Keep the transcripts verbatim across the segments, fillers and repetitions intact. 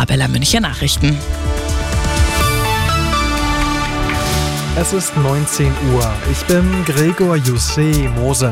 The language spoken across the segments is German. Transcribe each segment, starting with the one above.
Arabella München Nachrichten. Es ist neunzehn Uhr. Ich bin Gregor Jussi Mose.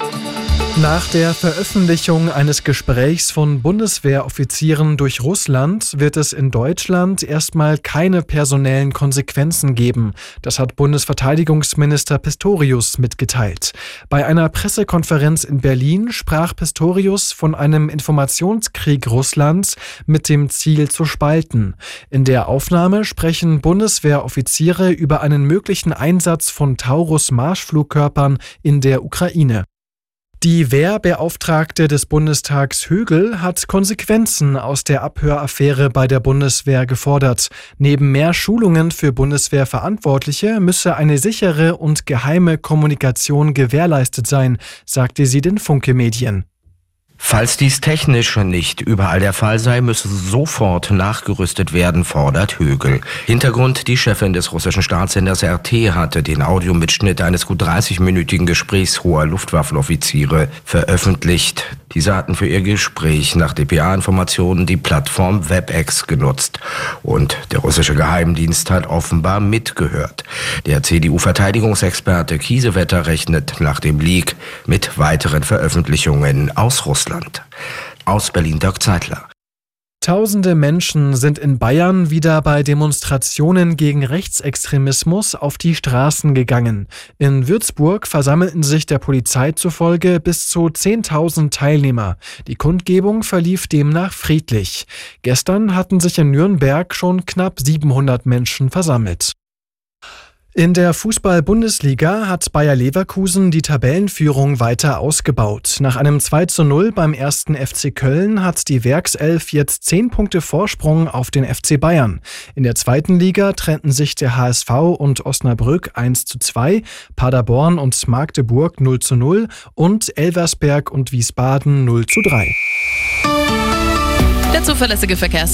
Nach der Veröffentlichung eines Gesprächs von Bundeswehroffizieren durch Russland wird es in Deutschland erstmal keine personellen Konsequenzen geben. Das hat Bundesverteidigungsminister Pistorius mitgeteilt. Bei einer Pressekonferenz in Berlin sprach Pistorius von einem Informationskrieg Russlands mit dem Ziel zu spalten. In der Aufnahme sprechen Bundeswehroffiziere über einen möglichen Einsatz von Taurus-Marschflugkörpern in der Ukraine. Die Wehrbeauftragte des Bundestags Högel hat Konsequenzen aus der Abhöraffäre bei der Bundeswehr gefordert. Neben mehr Schulungen für Bundeswehrverantwortliche müsse eine sichere und geheime Kommunikation gewährleistet sein, sagte sie den Funke Medien. Falls dies technisch nicht überall der Fall sei, müsse sofort nachgerüstet werden, fordert Högel. Hintergrund: Die Chefin des russischen Staatssenders R T hatte den Audiomitschnitt eines gut dreißigminütigen Gesprächs hoher Luftwaffenoffiziere veröffentlicht. Diese hatten für ihr Gespräch nach D P A-Informationen die Plattform WebEx genutzt. Und der russische Geheimdienst hat offenbar mitgehört. Der C D U-Verteidigungsexperte Kiesewetter rechnet nach dem Leak mit weiteren Veröffentlichungen aus Russland. Aus Berlin Dirk Zeitler. Tausende Menschen sind in Bayern wieder bei Demonstrationen gegen Rechtsextremismus auf die Straßen gegangen. In Würzburg versammelten sich der Polizei zufolge bis zu zehntausend Teilnehmer. Die Kundgebung verlief demnach friedlich. Gestern hatten sich in Nürnberg schon knapp siebenhundert Menschen versammelt. In der Fußball-Bundesliga hat Bayer Leverkusen die Tabellenführung weiter ausgebaut. Nach einem zwei zu null beim ersten F C Köln hat die Werkself jetzt zehn Punkte Vorsprung auf den F C Bayern. In der zweiten Liga trennten sich der H S V und Osnabrück eins zu zwei, Paderborn und Magdeburg null zu null und Elversberg und Wiesbaden null zu drei. Der zuverlässige Verkehrs